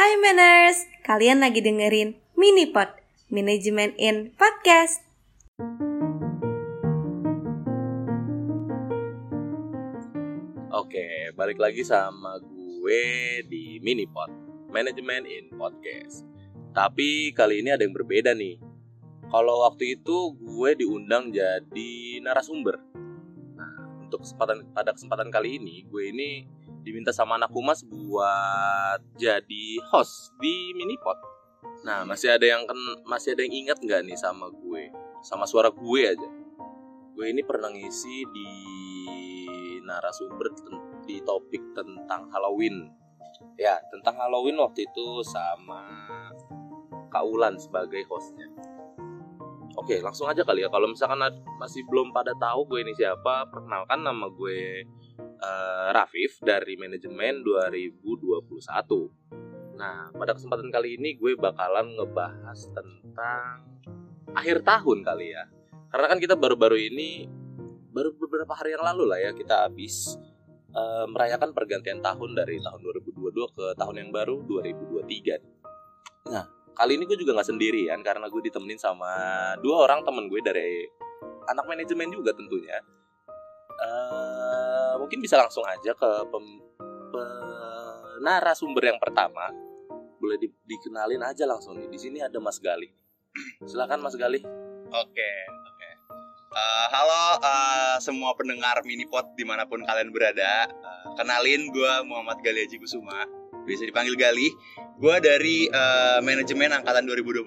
Hai Manners, kalian lagi dengerin Minipod, Manajemen in Podcast. Oke, balik lagi sama gue di Minipod, Manajemen in Podcast. Tapi kali ini ada yang berbeda nih. Kalau waktu itu gue diundang jadi narasumber. Nah, pada kesempatan kali ini, gue ini diminta sama anak humas buat jadi host di Minipod. Nah, masih ada yang ingat nggak nih sama gue, sama suara gue aja? Gue ini pernah ngisi di narasumber di topik tentang Halloween. Ya, tentang Halloween waktu itu sama Kak Ulan sebagai hostnya. Oke, langsung aja kali ya. Kalau misalkan masih belum pada tahu gue ini siapa, perkenalkan, nama gue Rafif dari Manajemen 2021. Nah, pada kesempatan kali ini gue bakalan ngebahas tentang akhir tahun kali ya. Karena kan kita baru beberapa hari yang lalu lah ya, kita habis merayakan pergantian tahun dari tahun 2022 ke tahun yang baru 2023. Nah, kali ini gue juga gak sendirian karena gue ditemenin sama dua orang temen gue dari anak manajemen juga tentunya. Mungkin bisa langsung aja ke narasumber yang pertama. Boleh dikenalin aja langsung nih. Di sini ada Mas Gali. Silakan Mas Gali. Oke. Halo semua pendengar Minipod dimanapun kalian berada. Kenalin, gue Muhammad Gali Haji Kusuma, bisa dipanggil Gali. Gue dari manajemen angkatan 2021.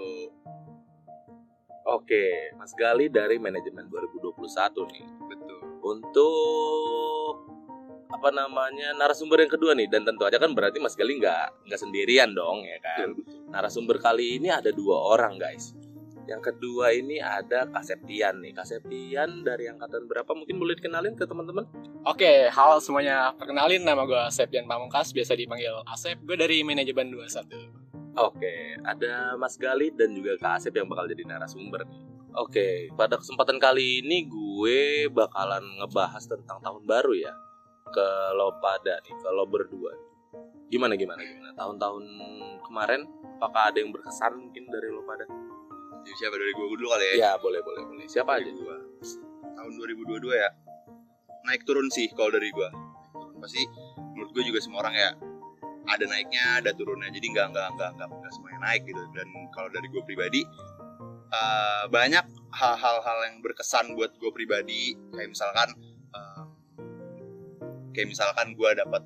Oke, Mas Gali dari manajemen 2021 nih. Betul. Untuk narasumber yang kedua nih, dan tentu aja kan berarti Mas Gali nggak sendirian dong ya kan. Narasumber kali ini ada dua orang guys. Yang kedua ini ada Kak Septian nih. Kak Septian dari angkatan berapa? Mungkin boleh dikenalin ke teman-teman. Oke, halo semuanya. Perkenalin, nama gue Septian Pamungkas, biasa dipanggil Asep. Gue dari manajemen 21. Oke, ada Mas Gali dan juga Kak Asep yang bakal jadi narasumber nih. Oke, pada kesempatan kali ini gue bakalan ngebahas tentang tahun baru ya. Ke lo pada nih, ke lo berdua. Gimana? Tahun-tahun kemarin, apakah ada yang berkesan mungkin dari lo pada? Jadi siapa, dari gue dulu kali ya? Ya, boleh. Siapa aja? Gua. Tahun 2022 ya, naik turun sih kalau dari gue. Pasti menurut gue juga semua orang ya ada naiknya, ada turunnya. Jadi nggak semuanya naik gitu. Dan kalau dari gue pribadi, banyak hal-hal yang berkesan buat gue pribadi. Kayak misalkan gue dapat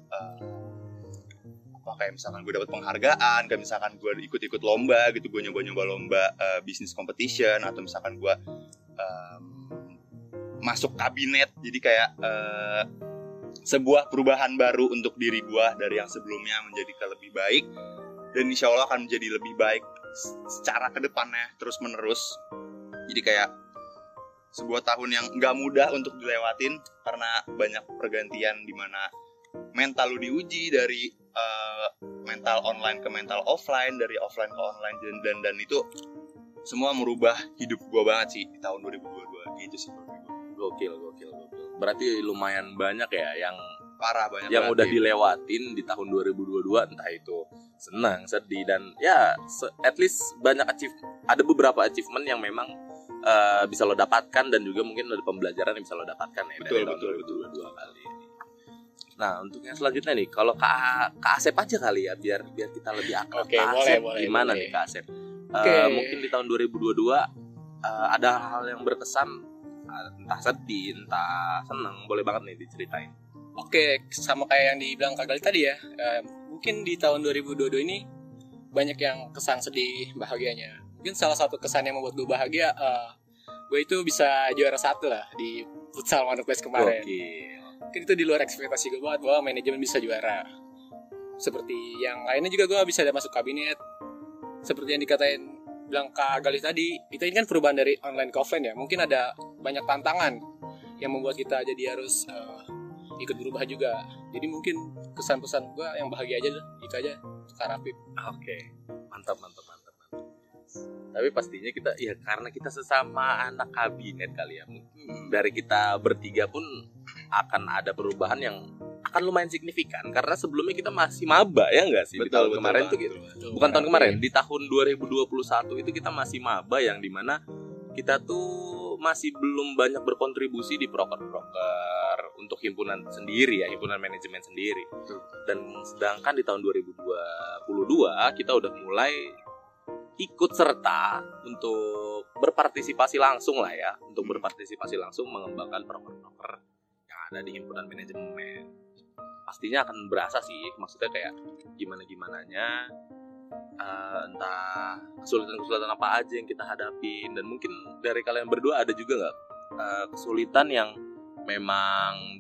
penghargaan, kayak misalkan gue ikut lomba gitu, gue nyoba lomba business competition, atau misalkan gue masuk kabinet. Jadi kayak sebuah perubahan baru untuk diri gue dari yang sebelumnya menjadi ke lebih baik, dan insya Allah akan menjadi lebih baik secara kedepannya terus menerus. Jadi kayak sebuah tahun yang gak mudah untuk dilewatin karena banyak pergantian di mana mental lu diuji dari mental online ke mental offline, dari offline ke online, dan itu semua merubah hidup gue banget sih di tahun 2022 gitu sih. Gokil. Berarti lumayan banyak ya yang parah, banyak yang udah dilewatin di tahun 2022, entah itu senang, sedih, dan ya at least ada beberapa achievement yang memang bisa lo dapatkan, dan juga mungkin ada pembelajaran yang bisa lo dapatkan ya dari tahun 2022 kali ini. Nah, untuk yang selanjutnya nih, kalau Kak Asep aja kali ya, biar kita lebih akrab. Oke, Kak Asep, boleh. gimana nih Kak Asep? Mungkin di tahun 2022 ada hal yang berkesan, entah sedih, entah senang, boleh banget nih diceritain. Oke, sama kayak yang dibilang Kak Gali tadi ya, mungkin di tahun 2022 ini banyak yang kesan sedih, bahagianya. Mungkin salah satu kesan yang membuat gue bahagia, gue itu bisa juara 1 lah di futsal Marketplace kemarin. Mungkin itu di luar ekspektasi gue banget bahwa manajemen bisa juara. Seperti yang lainnya juga gue bisa masuk kabinet. Seperti yang bilang Kak Gali tadi, kita ini kan perubahan dari online ke offline ya. Mungkin ada banyak tantangan yang membuat kita jadi harus ikut berubah juga. Jadi mungkin kesan-pesan gue yang bahagia aja, itu aja Kak Rafif. Oke, mantap. Tapi pastinya kita, ya karena kita sesama anak kabinet kali ya, dari kita bertiga pun akan ada perubahan yang akan lumayan signifikan karena sebelumnya kita masih maba ya enggak sih? Di tahun kemarin tuh gitu. Bukan tahun kemarin, di tahun 2021 itu kita masih maba yang dimana kita tuh masih belum banyak berkontribusi di proker-proker untuk himpunan sendiri ya, himpunan manajemen sendiri. Dan sedangkan di tahun 2022 kita udah mulai ikut serta untuk berpartisipasi langsung lah ya, untuk berpartisipasi langsung mengembangkan proker-proker yang ada di himpunan manajemen. Pastinya akan berasa sih, maksudnya kayak gimana-gimananya, entah kesulitan-kesulitan apa aja yang kita hadapin. Dan mungkin dari kalian berdua ada juga nggak kesulitan yang memang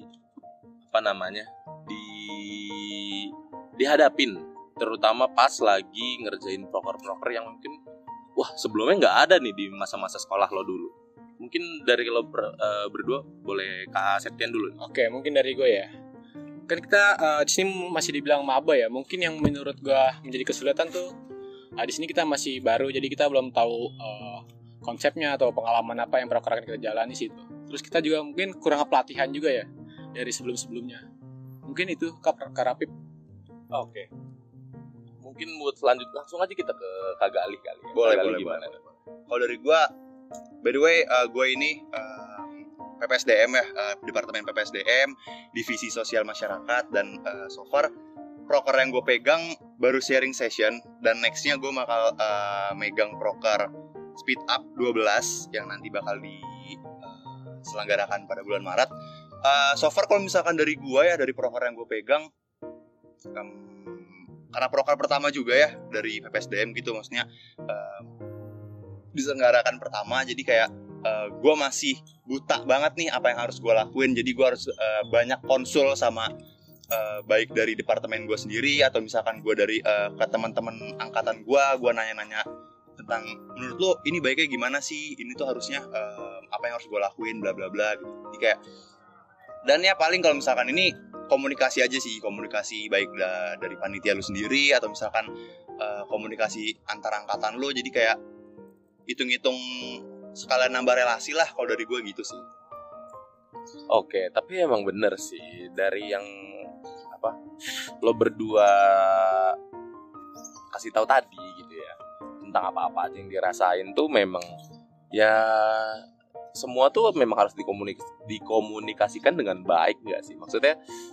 dihadapin, terutama pas lagi ngerjain proker-proker yang mungkin wah sebelumnya nggak ada nih di masa-masa sekolah lo dulu. Mungkin dari lo berdua boleh Kak Septian dulu. Oke, mungkin dari gue ya. Kan kita di sini masih dibilang maba ya. Mungkin yang menurut gue menjadi kesulitan tuh di sini kita masih baru, jadi kita belum tahu konsepnya atau pengalaman apa yang akan kita jalani situ. Terus kita juga mungkin kurang pelatihan juga ya dari sebelum-sebelumnya. Mungkin itu Kak Rapip. Oke. Mungkin buat selanjutnya langsung aja kita ke Kak Galih kali ya. Boleh. Gimana? Kalau dari gue, by the way, gue ini PPSDM ya, Departemen PPSDM, Divisi Sosial Masyarakat, dan so far proker yang gue pegang baru sharing session, dan nextnya gue bakal megang proker Speed Up 12 yang nanti bakal diselenggarakan pada bulan Maret. So far kalau misalkan dari gue ya, dari proker yang gue pegang, karena proker pertama juga ya dari PPSDM gitu, maksudnya diselenggarakan pertama, jadi kayak gue masih buta banget nih apa yang harus gue lakuin. Jadi gue harus banyak konsul sama baik dari departemen gue sendiri atau misalkan gue dari ke teman-teman angkatan gue nanya-nanya tentang menurut lo ini baiknya gimana sih, ini tuh harusnya apa yang harus gue lakuin, bla bla bla gitu. Jadi kayak, dan ya paling kalau misalkan ini komunikasi aja sih, komunikasi baik dari panitia lu sendiri atau misalkan komunikasi antar angkatan lo. Jadi kayak hitung-hitung sekalian nambah relasi lah kalau dari gue gitu sih. Oke, tapi emang bener sih dari yang lo berdua kasih tahu tadi gitu ya tentang apa-apa aja yang dirasain tuh memang ya semua tuh memang harus dikomunikasikan dengan baik nggak sih? Maksudnya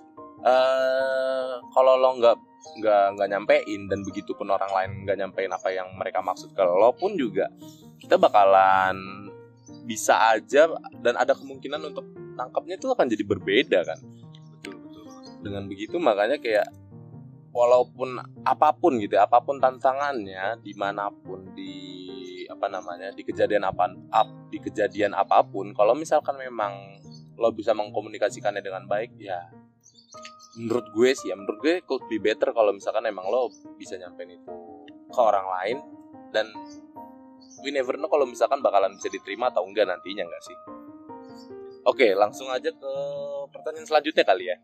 kalau lo nggak nyampein dan begitu pun orang lain nggak nyampein apa yang mereka maksud ke lo pun juga kita bakalan bisa aja dan ada kemungkinan untuk tangkapnya itu akan jadi berbeda kan. Betul. Dengan begitu makanya kayak walaupun apapun gitu, apapun tantangannya dimanapun di kejadian apapun, kalau misalkan memang lo bisa mengkomunikasikannya dengan baik ya. Menurut gue could be better kalau misalkan emang lo bisa nyampein itu ke orang lain, dan we never know kalau misalkan bakalan bisa diterima atau enggak nantinya enggak sih. Oke, langsung aja ke pertanyaan selanjutnya kali ya.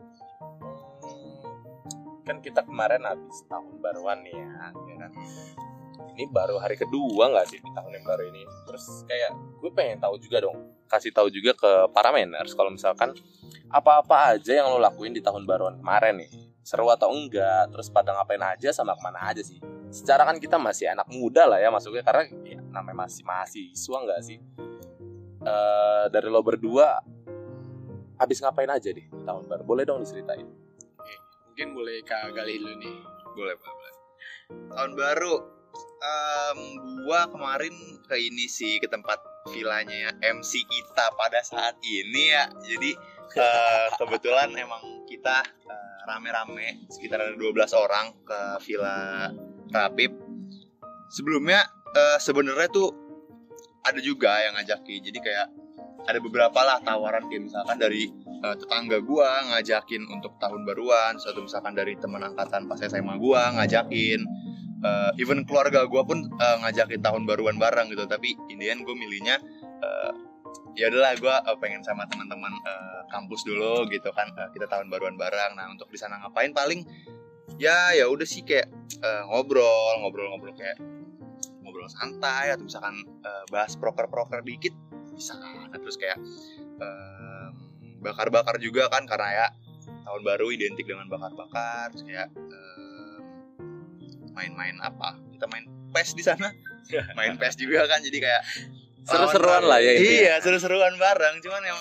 Kan kita kemarin habis tahun baruan nih ya kan. Ini baru hari kedua nggak sih di tahun yang baru ini? Terus kayak gue pengen tahu juga dong, kasih tahu juga ke para Maners kalau misalkan apa-apa aja yang lo lakuin di tahun baruan kemarin nih, seru atau enggak, terus pada ngapain aja sama kemana aja sih. Secara kan kita masih anak muda lah ya masuknya, karena ya, namanya masih mahasiswa nggak sih. Dari lo berdua habis ngapain aja deh di tahun baru, boleh dong diceritain. Mungkin boleh Kak Galih dulu nih. Boleh. Tahun baru, gua kemarin ke ini sih, ke tempat villanya ya MC kita pada saat ini ya. Jadi kebetulan emang kita rame-rame sekitar ada 12 orang ke Villa Rapip. Sebelumnya sebenarnya tuh ada juga yang ngajakin. Jadi kayak ada beberapa lah tawaran, kayak misalkan dari tetangga gua ngajakin untuk tahun baruan, atau misalkan dari teman angkatan pas SMA gua ngajakin, even keluarga gua pun ngajakin tahun baruan bareng gitu. Tapi in the end gua milihnya ya udahlah, gua pengen sama teman-teman kampus dulu gitu kan, kita tahun baruan bareng. Nah, untuk di sana ngapain, paling ya udah sih kayak ngobrol kayak ngobrol santai, atau misalkan bahas proker dikit bisa kan. Terus kayak bakar-bakar juga kan, karena ya tahun baru identik dengan bakar-bakar. Terus kayak main-main apa, kita main PES di sana. Main PES juga kan, jadi kayak seru-seruan lah ya intinya. Iya, seru-seruan bareng. Cuman yang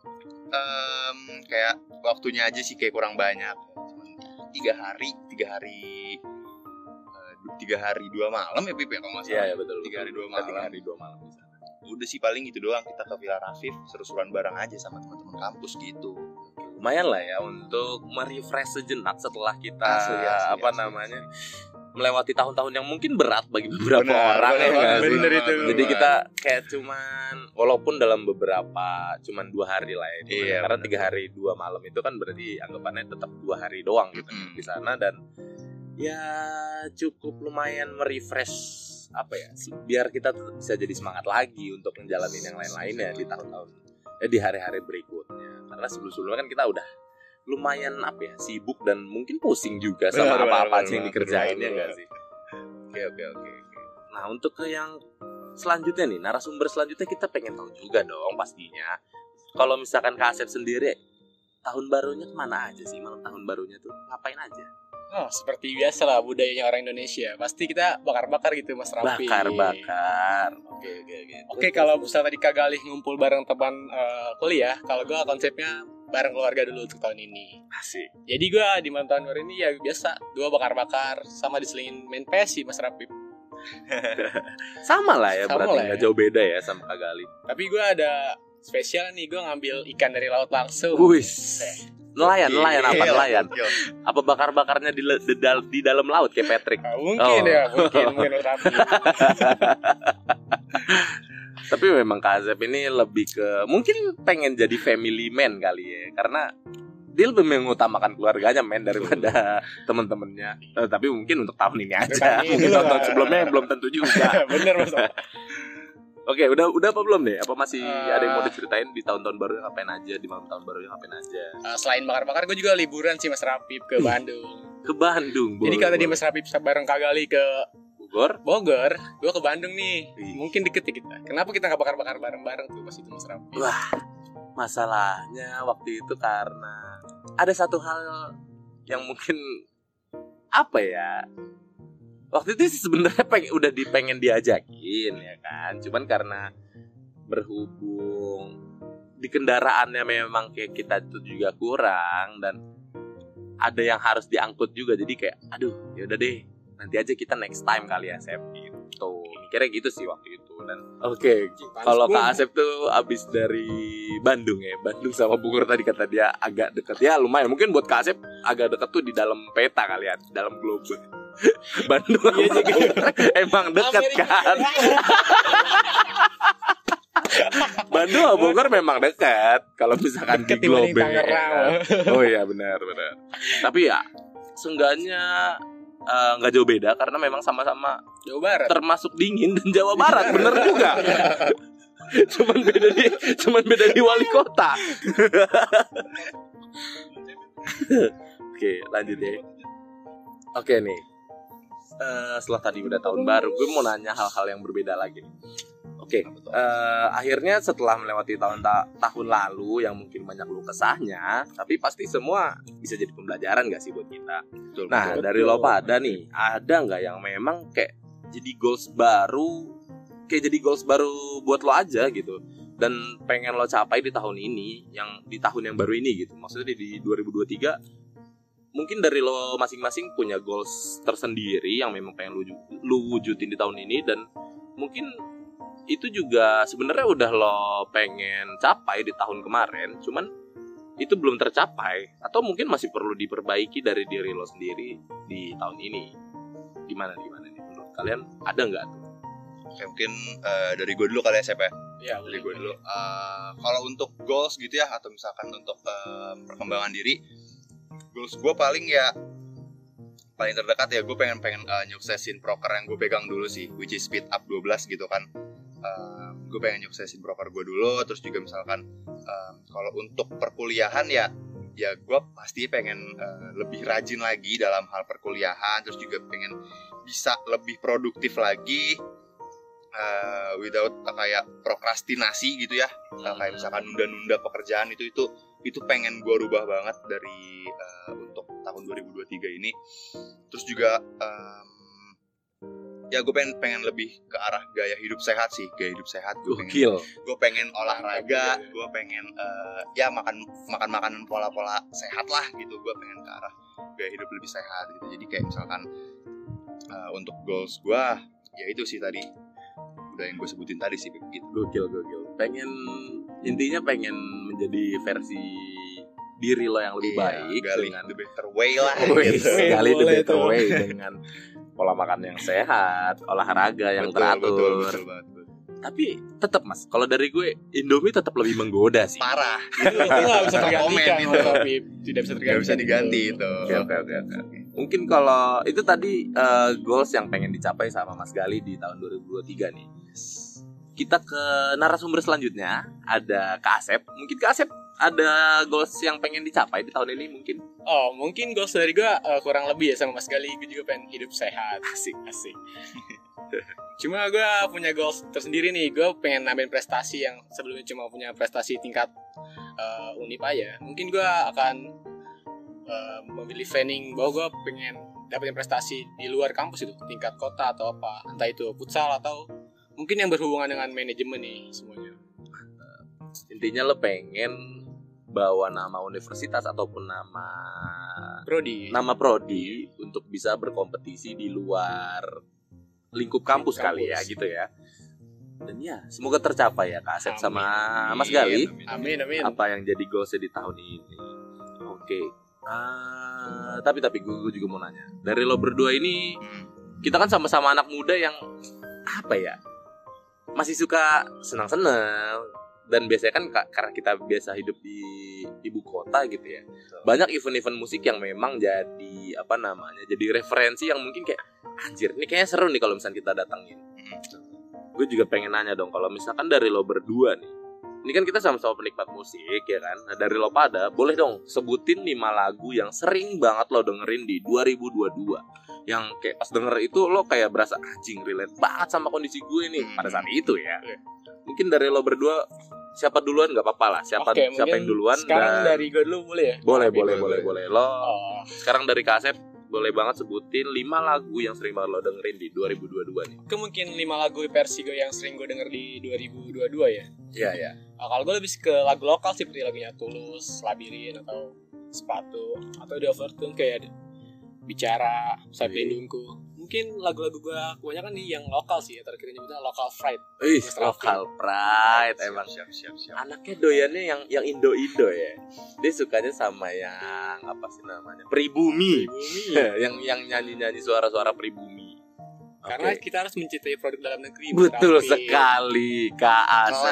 kayak waktunya aja sih kayak kurang banyak. Cuman 3 hari 2 malam ya Pip ya kalau nggak salah. Iya betul. 3 hari 2 Kita malam. 3 hari 2 malam di sana. Udah sih paling itu doang, kita ke Villa Rafif seru-seruan bareng aja sama teman-teman kampus gitu. Lumayan lah ya untuk merefresh sejenak setelah kita Asli. melewati tahun-tahun yang mungkin berat bagi beberapa Benar, orang ya nggak sih? benar itu. Jadi kita kayak cuman walaupun dalam beberapa cuman 2 hari lah ya. Iya, Karena benar. 3 hari 2 malam itu kan berarti anggapannya tetap 2 hari doang gitu di sana, dan ya cukup lumayan merefresh apa ya, biar kita tetap bisa jadi semangat lagi untuk menjalani yang lain-lainnya di tahun-tahun di hari-hari berikutnya. Karena sebelum-sebelumnya kan kita udah lumayan apa ya, sibuk dan mungkin pusing juga sama apa-apa aja yang dikerjain ya nggak sih? Oke. Nah untuk ke yang selanjutnya nih, narasumber selanjutnya kita pengen tahu juga dong pastinya. Kalau misalkan Kak Asep sendiri, tahun barunya kemana aja sih, malam tahun barunya tuh ngapain aja? Oh, seperti biasa lah budayanya orang Indonesia. Pasti kita bakar-bakar gitu Mas Raffi. Bakar. Oke, kalau misalnya tadi Kak Galih ngumpul bareng teman kuliah, kalau gue konsepnya bareng keluarga dulu untuk tahun ini. Asik. Jadi gue di malam tahun baru ini ya biasa, gue bakar-bakar sama diselingin main PS sih Mas Raffi. Sama lah ya, Sama berarti lah nggak ya. jauh beda ya sama Kak Gali. Tapi gue ada spesial nih, gue ngambil ikan dari laut langsung. Wis. Nelayan apa Iya, nelayan? iya. Apa bakar-bakarnya di dalam laut kayak Patrick? Mungkin mungkin Mas Raffi. Tapi memang Kak Asep ini lebih ke mungkin pengen jadi family man kali ya, karena dia lebih mengutamakan keluarganya men daripada teman-temannya. Tapi mungkin untuk tahun ini aja. Tahun ini Mungkin lah. tahun sebelumnya belum tentu juga. Bener Mas Raffi. Oke, udah apa belum nih? Apa masih ada yang mau diceritain di tahun-tahun baru ngapain aja, di malam tahun baru ngapain aja? Selain bakar-bakar, gue juga liburan sih Mas Raffi ke Bandung. Ke Bandung. Jadi kalau tadi Mas Raffi bareng Kak Gali ke Bogor, gue ke Bandung nih. Ih. Mungkin deket ya kita. Kenapa kita nggak bakar-bakar bareng-bareng tuh pas itu Mas Raffi? Wah, masalahnya waktu itu karena ada satu hal yang mungkin apa ya? Waktu itu sih sebenarnya udah pengen diajakin ya kan. Cuman karena berhubung di kendaraannya memang kayak kita itu juga kurang dan ada yang harus diangkut juga, jadi kayak aduh ya udah deh, nanti aja kita next time kali ya Sep gitu. Mikirnya gitu sih waktu itu. Dan oke, kalau Kak Asep tuh abis dari Bandung ya, Bandung sama Bogor tadi kata dia agak dekat ya, lumayan. Mungkin buat Kak Asep agak dekat tuh di dalam peta kalian, dalam globe. Bandung sama Bogor emang dekat kan. Bandung sama Bogor memang dekat kalau misalkan Deket di globe. dibanding Tangerang. Oh iya benar. Tapi ya seenggaknya nggak jauh beda karena memang sama-sama Jawa Barat. termasuk dingin dan Jawa Barat, bener juga. cuman beda di wali kota. Oke, lanjut ya. Oke nih, setelah tadi udah tahun baru, gue mau nanya hal-hal yang berbeda lagi. Oke, akhirnya setelah melewati tahun lalu yang mungkin banyak lu kesahnya, tapi pasti semua bisa jadi pembelajaran gak sih buat kita? Nah, dari lo pada nih, ada nggak yang memang kayak jadi goals baru buat lo aja gitu, dan pengen lo capai di tahun ini, di tahun yang baru ini gitu, maksudnya di 2023. Mungkin dari lo masing-masing punya goals tersendiri yang memang pengen lu wujudin di tahun ini, dan mungkin itu juga sebenarnya udah lo pengen capai di tahun kemarin, cuman itu belum tercapai atau mungkin masih perlu diperbaiki dari diri lo sendiri di tahun ini. Gimana nih menurut kalian, ada nggak tuh? Oke, mungkin dari gue dulu kali ya Sep ya. Ya, Dari gue dulu. Kalau untuk goals gitu ya, atau misalkan untuk perkembangan diri, goals gue paling terdekat ya, gue pengen nyuksesin broker yang gue pegang dulu sih, which is Speed Up 12 gitu kan. Gue pengen nyuksesin broker gue dulu. Terus juga misalkan kalau untuk perkuliahan ya gue pasti pengen lebih rajin lagi dalam hal perkuliahan. Terus juga pengen bisa lebih produktif lagi, without kayak prokrastinasi gitu ya. Kayak misalkan nunda-nunda pekerjaan itu itu pengen gue rubah banget dari untuk tahun 2023 ini. Terus juga ya gue pengen lebih ke arah gaya hidup sehat sih, gaya hidup sehat. Gue pengen olahraga, gue pengen ya makan makanan pola sehat lah gitu. Gue pengen ke arah gaya hidup lebih sehat gitu. Jadi kayak misalkan untuk goals gue ya itu sih tadi udah yang gue sebutin tadi sih begitu. Gokil. Intinya pengen menjadi versi diri lo yang lebih baik dengan the better way lah. Gali the better way dengan pola makan yang sehat, olahraga yang teratur. Betul banget. Tapi tetap Mas, kalau dari gue Indomie tetap lebih menggoda sih. Parah. Itu nggak bisa tergantikan, Itu. tapi tidak bisa tergantikan. Gak bisa diganti itu. Oke. Mungkin kalau itu tadi goals yang pengen dicapai sama Mas Gali di tahun 2023 nih. Kita ke narasumber selanjutnya, ada Kak Asep. Mungkin Kak Asep ada goals yang pengen dicapai di tahun ini mungkin? Oh, mungkin goals dari gue kurang lebih ya sama Mas Gali. Gue juga pengen hidup sehat. Asik. Cuma gue punya goals tersendiri nih. Gue pengen nambahin prestasi yang sebelumnya cuma punya prestasi tingkat Unip aja. Mungkin gue akan memilih planning bahwa gue pengen dapetin prestasi di luar kampus itu, tingkat kota atau apa, entah itu futsal atau mungkin yang berhubungan dengan manajemen nih semuanya. Intinya lo pengen bawa nama universitas ataupun nama prodi untuk bisa berkompetisi di luar lingkup kampus kali ya gitu ya. Dan ya semoga tercapai ya Kak Asep sama Mas Gali. Amin. Apa yang jadi goalsnya di tahun ini? Oke. Tapi gue juga mau nanya. Dari lo berdua ini, kita kan sama-sama anak muda yang apa ya? Masih suka senang-senang. Dan biasanya kan karena kita biasa hidup di ibu kota gitu ya. Banyak event-event musik yang memang jadi jadi referensi yang mungkin kayak anjir, ini kayaknya seru nih kalau misalnya kita datangin. Gue juga pengen nanya dong, kalau misalkan dari lo berdua nih, ini kan kita sama-sama penikmat musik ya kan. Nah dari lo pada, boleh dong sebutin 5 lagu yang sering banget lo dengerin di 2022. Yang kayak pas denger itu lo kayak berasa anjing relate banget sama kondisi gue nih pada saat itu ya. Mungkin dari lo berdua, siapa duluan gak apa-apa lah. Siapa yang duluan. Sekarang dari gue dulu boleh ya? Boleh. Lo sekarang dari Kak Asep, boleh banget sebutin 5 lagu yang sering banget lo dengerin di 2022 nih. Mungkin 5 lagu versi gue yang sering gue denger di 2022 ya. Iya. Kalau gue lebih ke lagu lokal sih, seperti lagunya Tulus, Labirin, atau Sepatu, atau The Overtune kayak Bicara, Saya Pelindungku. Mungkin lagu-lagu gue kebanyakan nih yang lokal sih ya, kita nyebutnya Local Pride. Local Pride emang Siap. anaknya doyannya yang Indo-Indo ya. Dia sukanya sama yang apa sih namanya? Pribumi. yang nyanyi suara-suara pribumi. Karena kita harus mencintai produk dalam negeri. Betul sekali Kak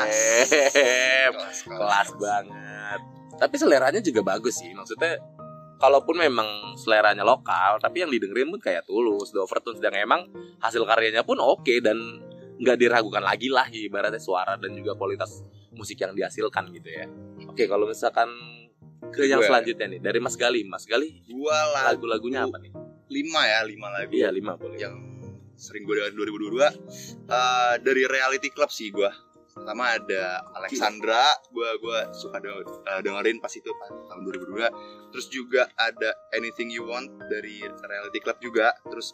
Asep. Kelas banget. Tapi seleranya juga bagus sih. Maksudnya kalaupun memang seleranya lokal, tapi yang didengerin pun kayak Tulus, The Overtune, sedang emang hasil karyanya pun oke dan nggak diragukan lagi lah ibaratnya suara dan juga kualitas musik yang dihasilkan gitu ya. Oke, kalau misalkan ke yang selanjutnya nih dari Mas Gali, gua lagu-lagunya apa nih? 5 lagu. Iya 5 boleh. Yang sering gue dengerin 2022 dari Reality Club sih gue. Pertama ada Alexandra, gue suka dengerin pas tahun 2022. Terus juga ada Anything You Want dari Reality Club juga. Terus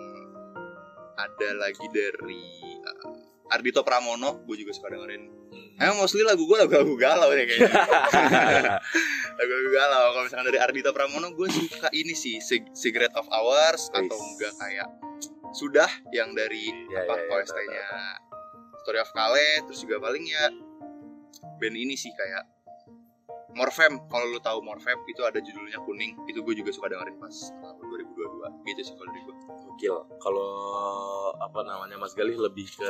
ada lagi dari Ardhito Pramono, gue juga suka dengerin. Emang mostly lagu gue lagu galau deh kayaknya. Lagu galau. Kalau misalkan dari Ardhito Pramono, gue suka ini sih Cigarette of Hours atau enggak kayak Sudah yang dari OST-nya Story of Kale. Terus juga paling ya band ini sih kayak Morfem. Kalau lu tahu Morfem itu ada judulnya Kuning. Itu gue juga suka dengerin pas tahun 2022. Gitu sih kalau dari gue. Gokil. Kalau Mas Gali lebih ke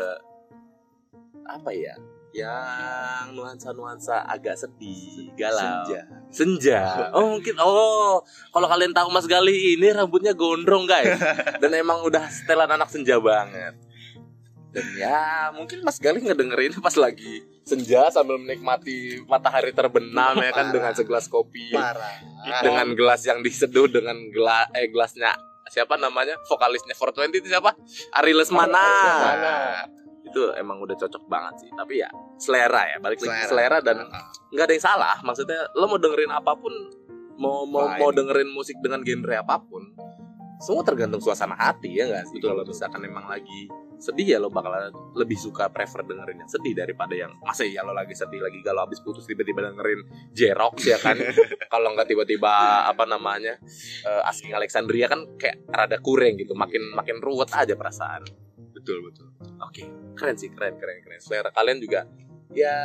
apa ya? Yang nuansa-nuansa agak sedih, galau. Senja. Mungkin kalau kalian tahu Mas Gali ini rambutnya gondrong guys. Dan emang udah setelan anak senja banget. Dan ya mungkin Mas Gali ngedengerin pas lagi senja sambil menikmati matahari terbenam ya kan, dengan segelas kopi. Dengan gelas yang diseduh dengan gelasnya siapa namanya? Vokalisnya 420 itu siapa? Ari Lesmana. Itu itu emang udah cocok banget sih. Tapi ya selera ya, balik lagi ke selera dan nggak ada yang salah. Maksudnya lo mau dengerin apapun, mau dengerin musik dengan genre apapun, semua tergantung suasana hati ya nggak sih. Kalau misalkan emang lagi sedih ya lo bakal lebih suka prefer dengerin yang sedih daripada yang masa ya lo lagi sedih lagi galau habis putus tiba-tiba dengerin J-Rock ya kan. Kalau nggak tiba-tiba Asking Alexandria kan kayak rada kurang gitu, makin ruwet aja perasaan. Betul. Oke, keren sih, keren. Selera kalian juga ya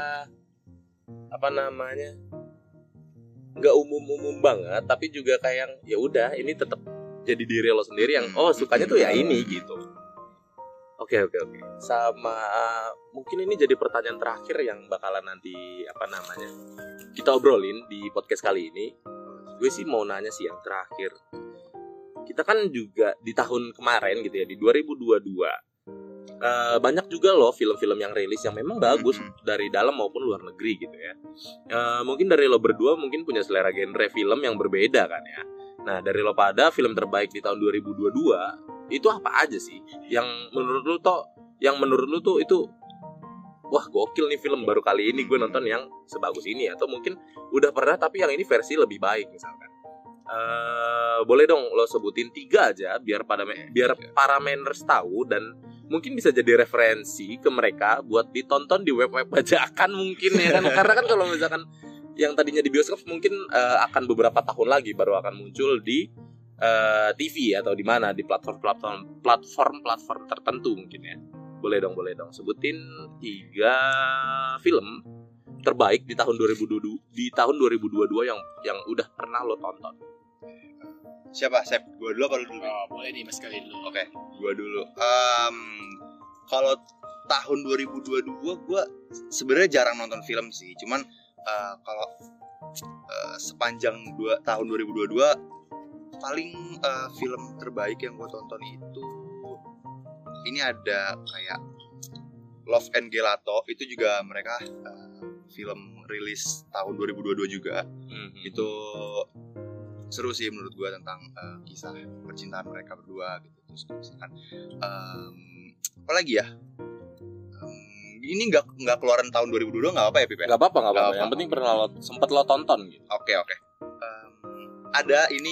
nggak umum banget, tapi juga kayak ya udah ini tetap jadi diri lo sendiri yang sukanya tuh ya ini gitu. Oke. Sama mungkin ini jadi pertanyaan terakhir yang bakalan nanti kita obrolin di podcast kali ini. Gue sih mau nanya sih yang terakhir. Kita kan juga di tahun kemarin gitu ya, di 2022 banyak juga loh film-film yang rilis yang memang bagus dari dalam maupun luar negeri gitu ya. Mungkin dari lo berdua mungkin punya selera genre film yang berbeda kan ya. Nah dari lo pada film terbaik di tahun 2022 itu apa aja sih yang menurut lu tuh itu wah gokil nih film baru kali ini gue nonton yang sebagus ini, atau mungkin udah pernah tapi yang ini versi lebih baik misalkan. Boleh dong lo sebutin 3 aja biar para mainers tahu dan mungkin bisa jadi referensi ke mereka buat ditonton di web-web bajakan mungkin ya kan. Karena kan kalau misalkan yang tadinya di bioskop mungkin akan beberapa tahun lagi baru akan muncul di TV atau di mana, di platform tertentu mungkin ya. Boleh dong sebutin 3 film terbaik di tahun 2022 yang udah pernah lo tonton. Siapa? Sep, gua dulu apa lu dulu? Boleh nih Mas kali dulu. Oke, gua dulu. Kalau tahun 2022 gua sebenarnya jarang nonton film sih. Cuman kalau sepanjang tahun 2022 paling film terbaik yang gue tonton itu ini ada kayak Love and Gelato, itu juga mereka film rilis tahun 2022 juga. Itu seru sih menurut gue tentang kisah percintaan mereka berdua gitu. Terus misalkan apa lagi ya, ini nggak keluaran tahun 2022 nggak apa ya Pip? Nggak apa-apa. Yang penting pernah sempat lo tonton gitu. Oke. Ada ini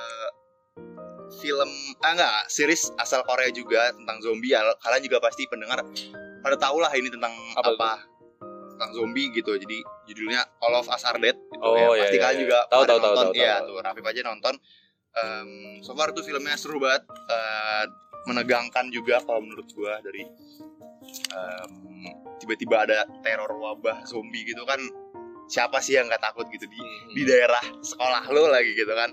film series asal Korea juga tentang zombie. Kalian juga pasti pendengar pada tahu lah ini tentang apa tentang zombie gitu. Jadi judulnya All of Us Are Dead gitu ya. Pasti kalian juga nonton. Iya tuh, Rafif aja nonton. So far tuh filmnya seru banget, menegangkan juga kalau menurut gua. Dari tiba-tiba ada teror wabah zombie gitu kan, siapa sih yang nggak takut gitu di daerah sekolah lo lagi gitu kan.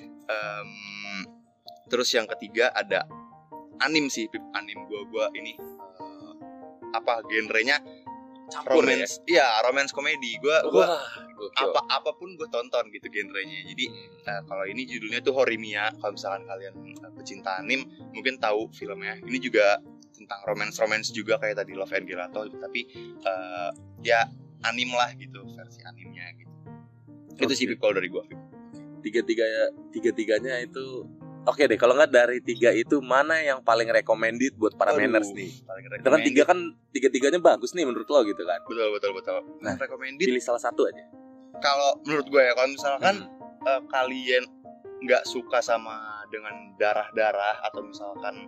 Terus yang ketiga ada anim sih, anim gua ini genrenya romance ya? Romance komedi. Gua apapun gue tonton gitu genrenya. Jadi kalau ini judulnya tuh Horimiya. Kalau misalkan kalian pecinta anim mungkin tahu filmnya. Ini juga tentang romance juga kayak tadi Love and Gelato, tapi ya anim lah gitu, versi animnya gitu. Itu sih kalau dari gua. Tiga-tiganya itu oke deh. Kalau nggak dari 3 itu mana yang paling recommended buat para mainers nih? Itu kan tiga-tiganya bagus nih menurut lo gitu kan? Betul. Nah, recommended, pilih salah satu aja. Kalau menurut gue ya, kalau misalkan kalian nggak suka sama dengan darah atau misalkan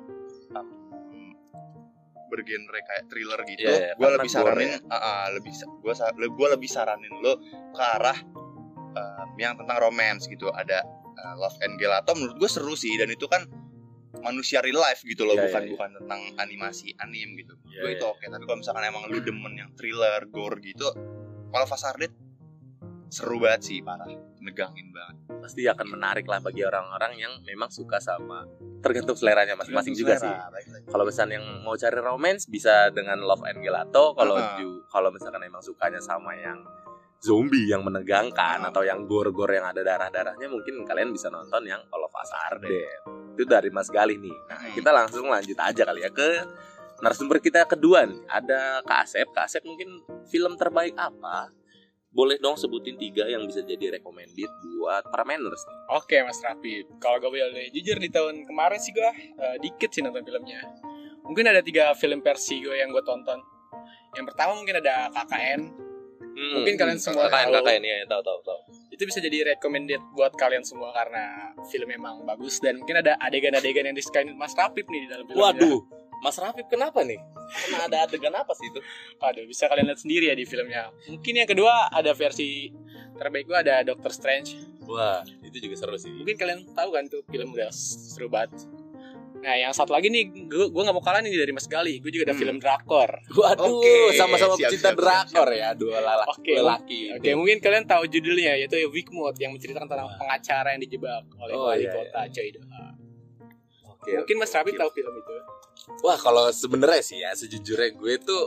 bergenre kayak thriller gitu, gue lebih saranin gue lebih saranin lo ke arah yang tentang romance gitu. Ada Love and Gelato menurut gue seru sih, dan itu kan manusia real life gitu loh, bukan tentang animasi anim gitu. Gue itu oke. Tapi kalau misalkan emang lu demen yang thriller gore gitu, kalau Fasardet seru banget sih, parah, negangin banget. Pasti akan menarik lah bagi orang-orang yang memang suka sama, tergantung seleranya masing-masing juga sih. Kalau misalnya yang mau cari romance bisa dengan Love and Gelato. Kalau misalkan emang sukanya sama yang zombie yang menegangkan atau yang gore-gore yang ada darah-darahnya, mungkin kalian bisa nonton yang All of Us Are Dead. Itu dari Mas Galih nih. Nah, kita langsung lanjut aja kali ya ke narasumber kita kedua nih. Ada Kak Asep. Kak Asep mungkin film terbaik apa? Boleh dong sebutin 3 yang bisa jadi recommended buat para mainers nih. Oke Mas Rafi, kalau gue boleh jujur di tahun kemarin sih gue dikit sih nonton filmnya. Mungkin ada 3 film versi gue yang gue tonton. Yang pertama mungkin ada KKN. Mungkin kalian semua KKN ya, tahu. Itu bisa jadi recommended buat kalian semua karena film memang bagus dan mungkin ada adegan-adegan yang disukain Mas Rapip nih di dalam filmnya. Waduh, Mas Rafif kenapa nih? Karena ada adegan apa sih itu? Aduh, bisa kalian lihat sendiri ya di filmnya. Mungkin yang kedua ada versi terbaik gue ada Doctor Strange. Wah, itu juga seru sih. Mungkin kalian tahu kan tuh film udah seru banget. Nah, yang satu lagi nih, gue gak mau kalah nih dari Mas Gali. Gue juga ada film drakor. Waduh, Oke, sama-sama siap, pecinta siap, drakor ya, dua Oke. lelaki. Oke, mungkin kalian tahu judulnya yaitu Wickmouth yang menceritakan tentang pengacara yang dijebak oleh wali kota Choi Do-ha. Oke. Mungkin Mas Rabi tahu film itu. Wah, kalau sebenarnya sih ya, sejujurnya gue tuh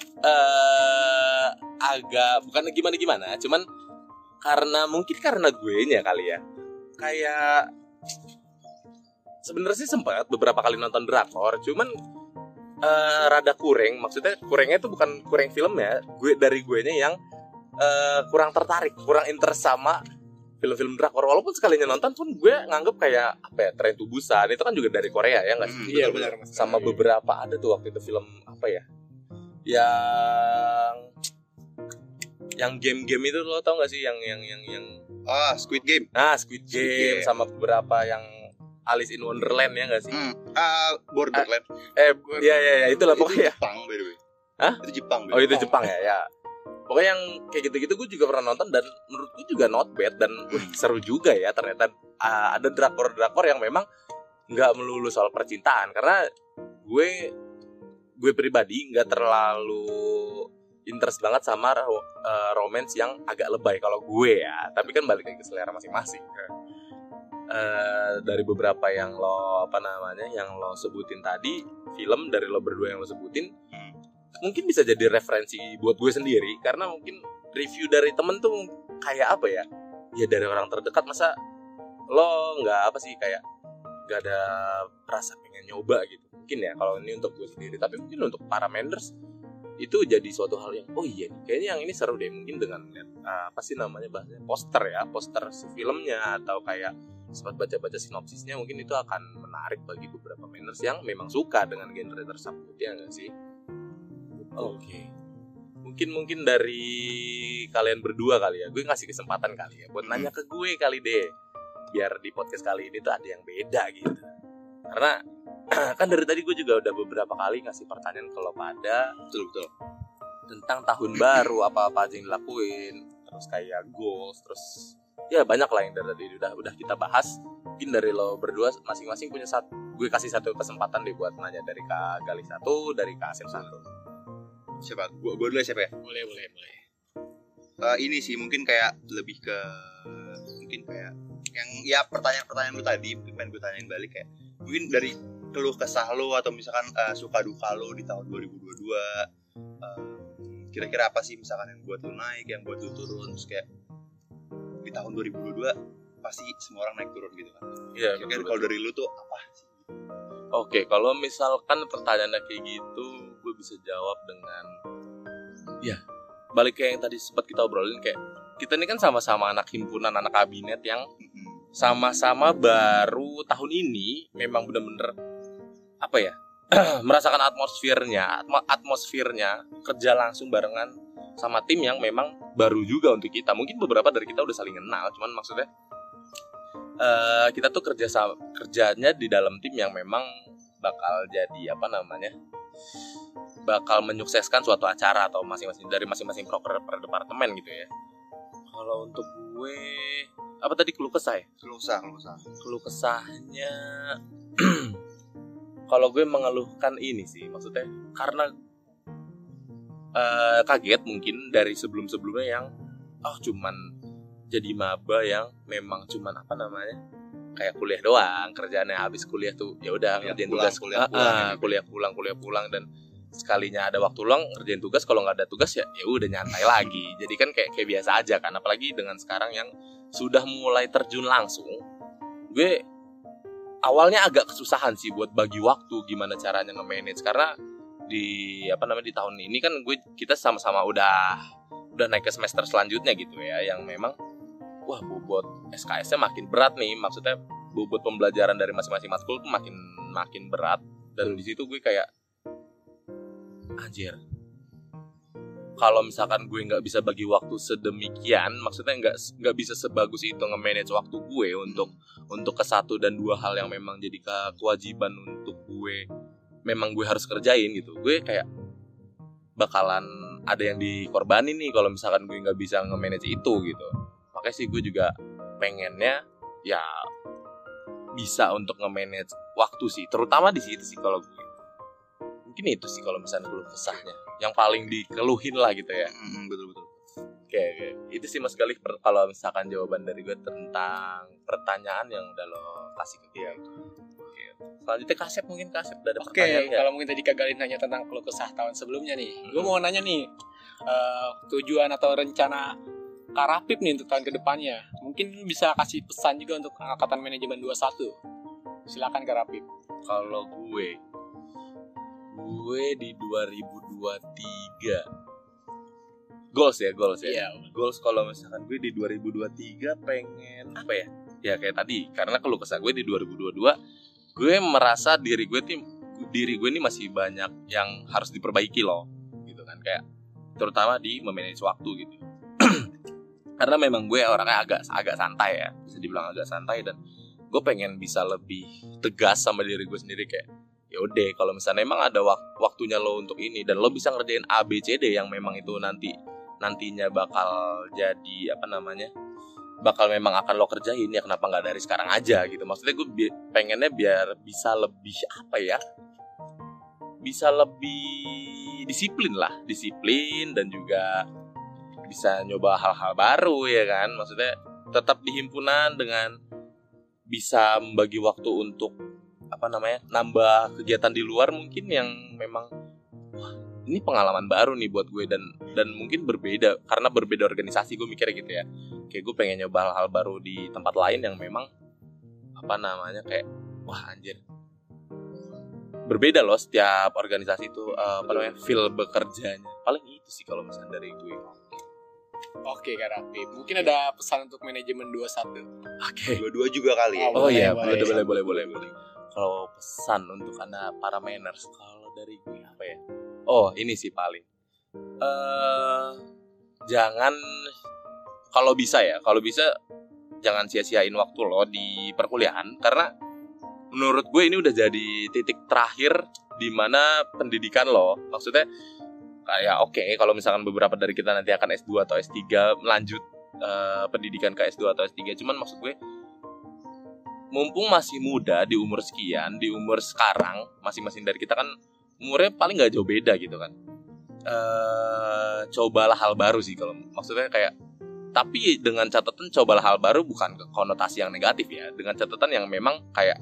agak bukan gimana-gimana, cuman karena gue nya kali ya. Kayak sebenarnya sih sempat beberapa kali nonton drakor, cuman rada kurang. Maksudnya kurangnya itu bukan kurang filmnya, gue nya yang kurang tertarik, kurang interest sama film-film drakor. Walaupun sekalinya nonton pun gue nganggep kayak apa ya, Train to Busan itu kan juga dari Korea ya nggak sih? Iya benar Mas. Sama beberapa ada tuh waktu itu film apa ya, yang game-game itu lo tau nggak sih yang Squid Game. Squid Game sama beberapa yang Alice in Wonderland ya nggak sih? Borderland. Iya itulah pokoknya. Jepang by the way. Hah? Itu Jepang. Oh itu Jepang ya. Pokoknya yang kayak gitu-gitu gue juga pernah nonton dan menurut gue juga not bad dan seru juga ya ternyata. Ada drakor-drakor yang memang nggak melulu soal percintaan karena gue pribadi nggak terlalu interest banget sama romance yang agak lebay kalau gue ya. Tapi kan balik lagi ke selera masing-masing. Dari beberapa yang lo sebutin tadi, film dari lo berdua yang lo sebutin, mungkin bisa jadi referensi buat gue sendiri karena mungkin review dari temen tuh kayak apa ya? Ya dari orang terdekat, masa lo nggak nggak ada rasa pengen nyoba gitu? Mungkin ya kalau ini untuk gue sendiri, tapi mungkin untuk para menders itu jadi suatu hal yang kayaknya yang ini seru deh, mungkin dengan bahasanya poster si filmnya atau kayak sempat baca-baca sinopsisnya, mungkin itu akan menarik bagi beberapa menders yang memang suka dengan genre tersebut, ya nggak sih? Oke. Mungkin dari kalian berdua kali ya, gue ngasih kesempatan kali ya buat nanya ke gue kali deh, biar di podcast kali ini tuh ada yang beda gitu. Karena kan dari tadi gue juga udah beberapa kali ngasih pertanyaan ke lo pada Betul. tentang tahun baru, apa aja yang dilakuin, terus kayak goals, terus ya banyak lah yang dari tadi udah kita bahas. Mungkin dari lo berdua masing-masing punya gue kasih satu kesempatan deh buat nanya, dari Kak Gali satu, dari Kak Asep satu. Siapa? Gue dulu ya, siapa ya? Boleh. Ini sih mungkin kayak lebih ke mungkin kayak yang ya pertanyaan lu tadi pengen gue tanyain balik, kayak mungkin dari keluh kesah lo atau misalkan suka duka lo di tahun 2022, kira-kira apa sih misalkan yang buat lu naik, yang buat lu turun, terus kayak di tahun 2022 pasti semua orang naik turun gitu kan. Iya, kira-kira kalau dari lu tuh apa sih? Oke, kalau misalkan pertanyaannya kayak gitu, gue bisa jawab dengan ya balik kayak yang tadi sempat kita obrolin, kayak kita ini kan sama-sama anak himpunan, anak kabinet yang sama-sama baru tahun ini memang benar-benar apa ya merasakan atmosfernya kerja langsung barengan sama tim yang memang baru juga untuk kita. Mungkin beberapa dari kita udah saling kenal, cuman maksudnya kita tuh kerjanya di dalam tim yang memang bakal jadi bakal menyukseskan suatu acara atau masing-masing per departemen gitu ya. Kalau untuk gue apa tadi keluh kesah ya? Keluh kesahnya kalau gue mengeluhkan ini sih, maksudnya karena kaget mungkin dari sebelumnya yang cuman jadi maba yang memang cuman kayak kuliah doang, kerjaannya habis kuliah tuh ya udah ngerjain tugas, kuliah pulang dan sekalinya ada waktu luang ngerjain tugas, kalau nggak ada tugas ya udah nyantai lagi. Jadi kan kayak biasa aja kan, apalagi dengan sekarang yang sudah mulai terjun langsung. Gue awalnya agak kesusahan sih buat bagi waktu, gimana caranya nge-manage, karena di tahun ini kan kita sama-sama udah naik ke semester selanjutnya gitu ya, yang memang bobot SKS-nya makin berat nih, maksudnya bobot pembelajaran dari masing-masing matkul tuh makin berat. Dan di situ gue kayak anjir, kalau misalkan gue nggak bisa bagi waktu sedemikian, maksudnya nggak bisa sebagus itu nge-manage waktu gue untuk ke satu dan dua hal yang memang jadi kewajiban untuk gue, memang gue harus kerjain gitu. Gue kayak bakalan ada yang dikorbanin nih kalau misalkan gue nggak bisa nge-manage itu gitu. Makanya sih gue juga pengennya ya bisa untuk nge-manage waktu sih, terutama di situ sih kalau gue. Mungkin itu sih kalau misalnya keluh kesahnya yang paling dikeluhin lah gitu ya. Betul. Oke. Itu sih Mas Galih kalau misalkan jawaban dari gue tentang pertanyaan yang udah lo kasih ke dia. Oke. Selanjutnya Kasep udah ada pertanyaan nggak? Kalau mungkin tadi Kak Galih nanya tentang keluh kesah tahun sebelumnya nih, gue mau nanya nih tujuan atau rencana Kak Rapip nih untuk tahun kedepannya. Mungkin bisa kasih pesan juga untuk angkatan manajemen 21. Silakan Kak Rapip. Kalau gue di 2023 goals ya. Iya. Goals kalau misalkan gue di 2023 pengen apa ya? Ya kayak tadi, karena keluh kesah gue di 2022, gue merasa diri gue ini masih banyak yang harus diperbaiki loh, gitu kan, kayak terutama di memanage waktu gitu. Karena memang gue orangnya agak santai ya, bisa dibilang agak santai, dan gue pengen bisa lebih tegas sama diri gue sendiri kayak ya udah, kalau misalnya emang ada waktunya lo untuk ini dan lo bisa ngerjain A B C D yang memang itu nantinya bakal jadi bakal memang akan lo kerjain, ya kenapa nggak dari sekarang aja gitu. Maksudnya gue pengennya biar bisa lebih bisa lebih disiplin dan juga bisa nyoba hal-hal baru ya kan. Maksudnya tetap di himpunan dengan bisa membagi waktu untuk nambah kegiatan di luar mungkin yang memang ini pengalaman baru nih buat gue, dan mungkin berbeda karena berbeda organisasi. Gue mikirnya gitu ya, kayak gue pengen nyoba hal-hal baru di tempat lain yang memang kayak wah anjir, berbeda loh setiap organisasi itu feel bekerjanya. Paling itu sih kalau misalnya dari gue. Oke Kak Rapip, mungkin ada pesan untuk manajemen 21. Oke. 22 juga kali ya. Oh iya, boleh. Kalau pesan untuk Anda para maners, kalau dari gue apa ya? Oh, ini sih paling. Jangan, kalau bisa jangan sia-siain waktu lo di perkuliahan, karena menurut gue ini udah jadi titik terakhir di mana pendidikan lo. Maksudnya kayak oke, kalau misalkan beberapa dari kita nanti akan S2 atau S3 melanjut pendidikan ke S2 atau S3, cuman maksud gue mumpung masih muda di umur sekian, di umur sekarang masing-masing dari kita kan umurnya paling nggak jauh beda gitu kan. Cobalah hal baru sih kalau maksudnya kayak, tapi dengan catatan cobalah hal baru bukan konotasi yang negatif ya, dengan catatan yang memang kayak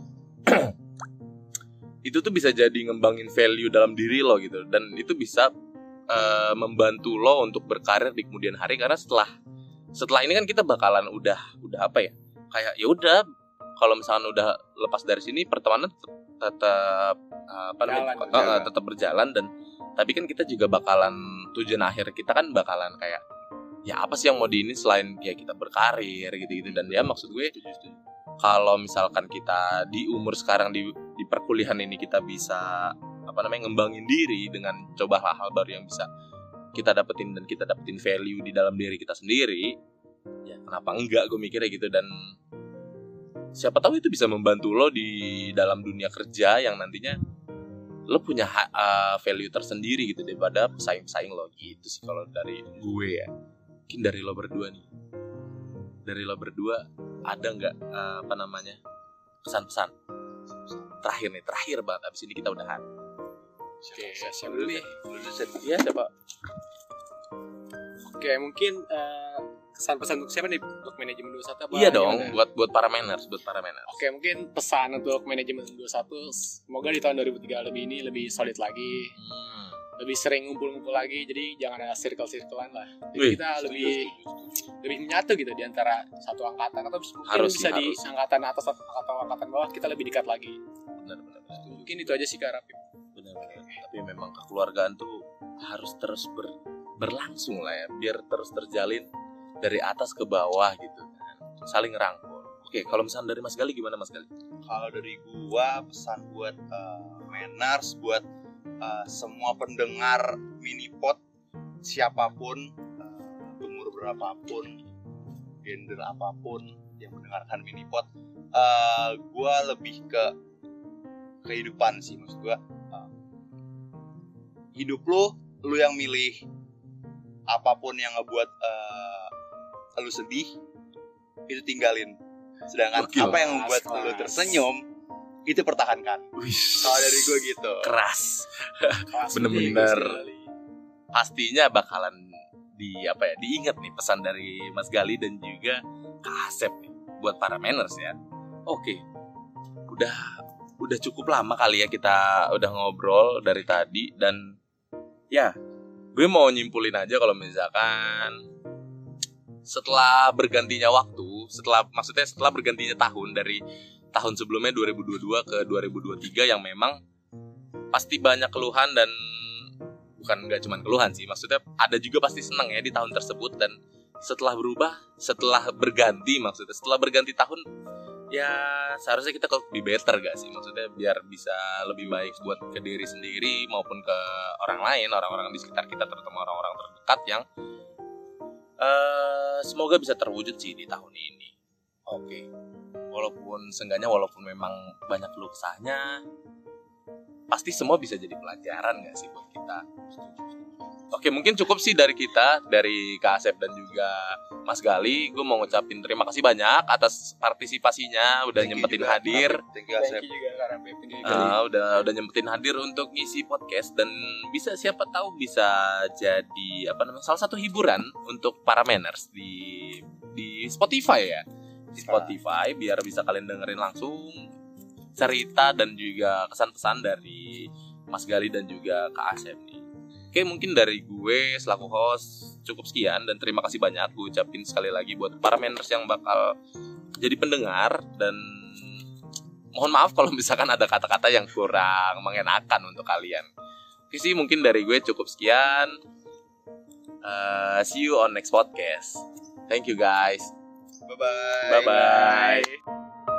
itu tuh bisa jadi ngembangin value dalam diri lo gitu, dan itu bisa membantu lo untuk berkarir di kemudian hari. Karena setelah ini kan kita bakalan udah apa ya, kayak ya udah, kalau misalkan udah lepas dari sini pertemanan tetap tetap berjalan, dan tapi kan kita juga bakalan tujuan akhir kita kan bakalan kayak ya apa sih yang mau diini selain ya kita berkarir gitu-gitu. Dan ya maksud gue kalau misalkan kita di umur sekarang di perkuliahan ini kita bisa ngembangin diri dengan coba hal-hal baru yang bisa kita dapetin, dan kita dapetin value di dalam diri kita sendiri, ya kenapa enggak, gue mikirnya gitu. Dan siapa tahu itu bisa membantu lo di dalam dunia kerja yang nantinya lo punya value tersendiri gitu daripada pesaing-pesaing lo gitu sih kalau dari gue ya. Mungkin dari lo berdua nih, ada nggak pesan-pesan terakhir banget, abis ini kita udahan. Oke, siapa dulu nih? Iya, siapa? Oke, mungkin kesan pesan untuk siapa nih, untuk manajemen 21 apa? Iya dong, buat para maners, Oke, mungkin pesan untuk manajemen 21, semoga di tahun 2003 ini lebih solid lagi. Lebih sering ngumpul-ngumpul lagi, jadi jangan ada circle-circlean lah. Jadi kita lebih menyatu gitu di antara satu angkatan, atau mungkin bisa di angkatan atas atau angkatan bawah kita lebih dekat lagi. Benar. Mungkin itu aja sih Kak Rapip. Benar. Tapi memang kekeluargaan tuh harus terus berlangsung lah ya, biar terus terjalin dari atas ke bawah gitu kan, saling rangkul. Oke, kalau misalnya dari Mas Gali gimana Mas Gali? Kalau dari gua pesan buat maners, buat semua pendengar Minipod siapapun, umur berapapun, gender apapun yang mendengarkan Minipod, gue lebih ke kehidupan sih. Maksud gue, hidup lu yang milih. Apapun yang ngebuat lu sedih, itu tinggalin. Sedangkan apa yang membuat lu tersenyum, itu pertahankan. Kalau dari gue gitu. Keras. Bener-bener. Pastinya bakalan diingat nih pesan dari Mas Gali dan juga Kak Asep nih buat para manners ya. Oke. Udah cukup lama kali ya kita udah ngobrol dari tadi, dan ya, gue mau nyimpulin aja kalau misalkan setelah bergantinya waktu, setelah bergantinya tahun dari tahun sebelumnya 2022 ke 2023 yang memang pasti banyak keluhan, dan bukan nggak cuma keluhan sih, maksudnya ada juga pasti senang ya di tahun tersebut. Dan setelah berganti tahun, ya seharusnya kita lebih better gak sih, maksudnya biar bisa lebih baik buat ke diri sendiri maupun ke orang lain, orang-orang di sekitar kita, terutama orang-orang terdekat yang semoga bisa terwujud sih di tahun ini. Oke. Walaupun memang banyak keluh kesahnya, pasti semua bisa jadi pelajaran gak sih buat kita. Oke, mungkin cukup sih dari kita, dari Kak Asep dan juga Mas Gali. Gue mau ngucapin terima kasih banyak atas partisipasinya, udah nyempetin hadir. Thank you Asep. Udah nyempetin hadir untuk ngisi podcast, dan siapa tahu bisa jadi salah satu hiburan untuk para manners di Spotify ya. Di Spotify biar bisa kalian dengerin langsung cerita dan juga kesan-pesan dari Mas Gali dan juga Kak Asep nih. Oke, mungkin dari gue selaku host cukup sekian, dan terima kasih banyak gue ucapin sekali lagi buat para manners yang bakal jadi pendengar, dan mohon maaf kalau misalkan ada kata-kata yang kurang mengenakan untuk kalian. Oke sih, mungkin dari gue cukup sekian. See you on next podcast. Thank you guys. Bye-bye. Bye-bye.